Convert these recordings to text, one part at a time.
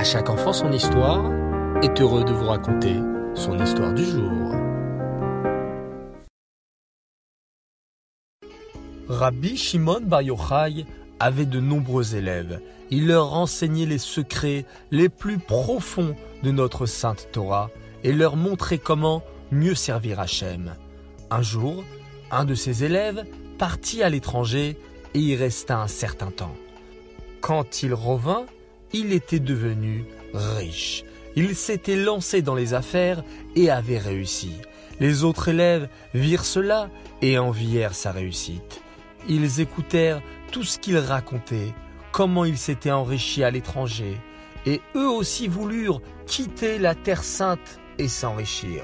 chaque enfant son histoire est heureux de vous raconter son histoire du jour. Rabbi Shimon Bar Yochai avait de nombreux élèves. Il leur enseignait les secrets les plus profonds de notre sainte Torah et leur montrait comment mieux servir Hachem. Un jour, un de ses élèves partit à l'étranger et y resta un certain temps. Quand il revint, il était devenu riche. Il s'était lancé dans les affaires et avait réussi. Les autres élèves virent cela et envièrent sa réussite. Ils écoutèrent tout ce qu'il racontait, comment il s'était enrichi à l'étranger, et eux aussi voulurent quitter la terre sainte et s'enrichir.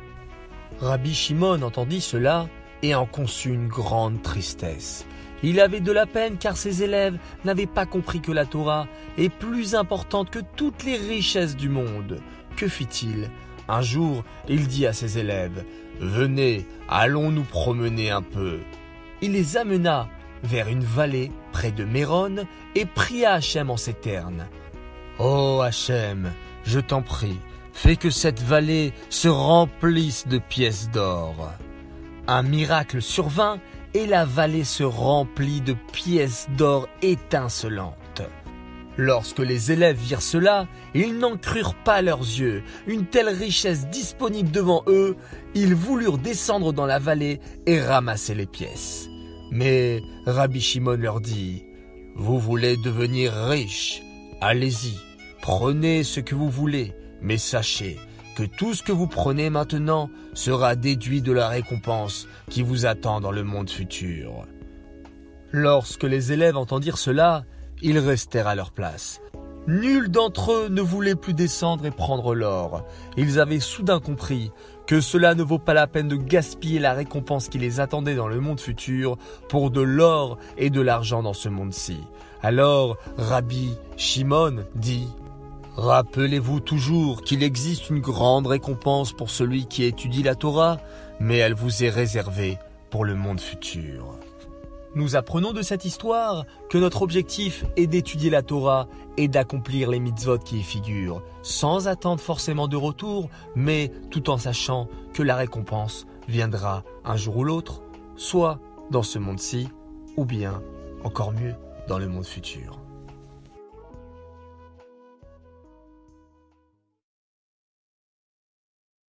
Rabbi Shimon entendit cela et en conçut une grande tristesse. Il avait de la peine car ses élèves n'avaient pas compris que la Torah est plus importante que toutes les richesses du monde. Que fit-il ? Un jour, il dit à ses élèves « Venez, allons nous promener un peu ». Il les amena vers une vallée près de Méron et pria Hachem en ces termes « Ô Hachem, je t'en prie, fais que cette vallée se remplisse de pièces d'or. » Un miracle survint et la vallée se remplit de pièces d'or étincelantes. Lorsque les élèves virent cela, ils n'en crurent pas leurs yeux. Une telle richesse disponible devant eux, ils voulurent descendre dans la vallée et ramasser les pièces. Mais Rabbi Shimon leur dit « Vous voulez devenir riches? Allez-y, prenez ce que vous voulez, mais sachez que tout ce que vous prenez maintenant sera déduit de la récompense qui vous attend dans le monde futur. » Lorsque les élèves entendirent cela, ils restèrent à leur place. Nul d'entre eux ne voulait plus descendre et prendre l'or. Ils avaient soudain compris que cela ne vaut pas la peine de gaspiller la récompense qui les attendait dans le monde futur pour de l'or et de l'argent dans ce monde-ci. Alors Rabbi Shimon dit « Rappelez-vous toujours qu'il existe une grande récompense pour celui qui étudie la Torah, mais elle vous est réservée pour le monde futur. » Nous apprenons de cette histoire que notre objectif est d'étudier la Torah et d'accomplir les mitzvot qui y figurent, sans attendre forcément de retour, mais tout en sachant que la récompense viendra un jour ou l'autre, soit dans ce monde-ci, ou bien, encore mieux, dans le monde futur.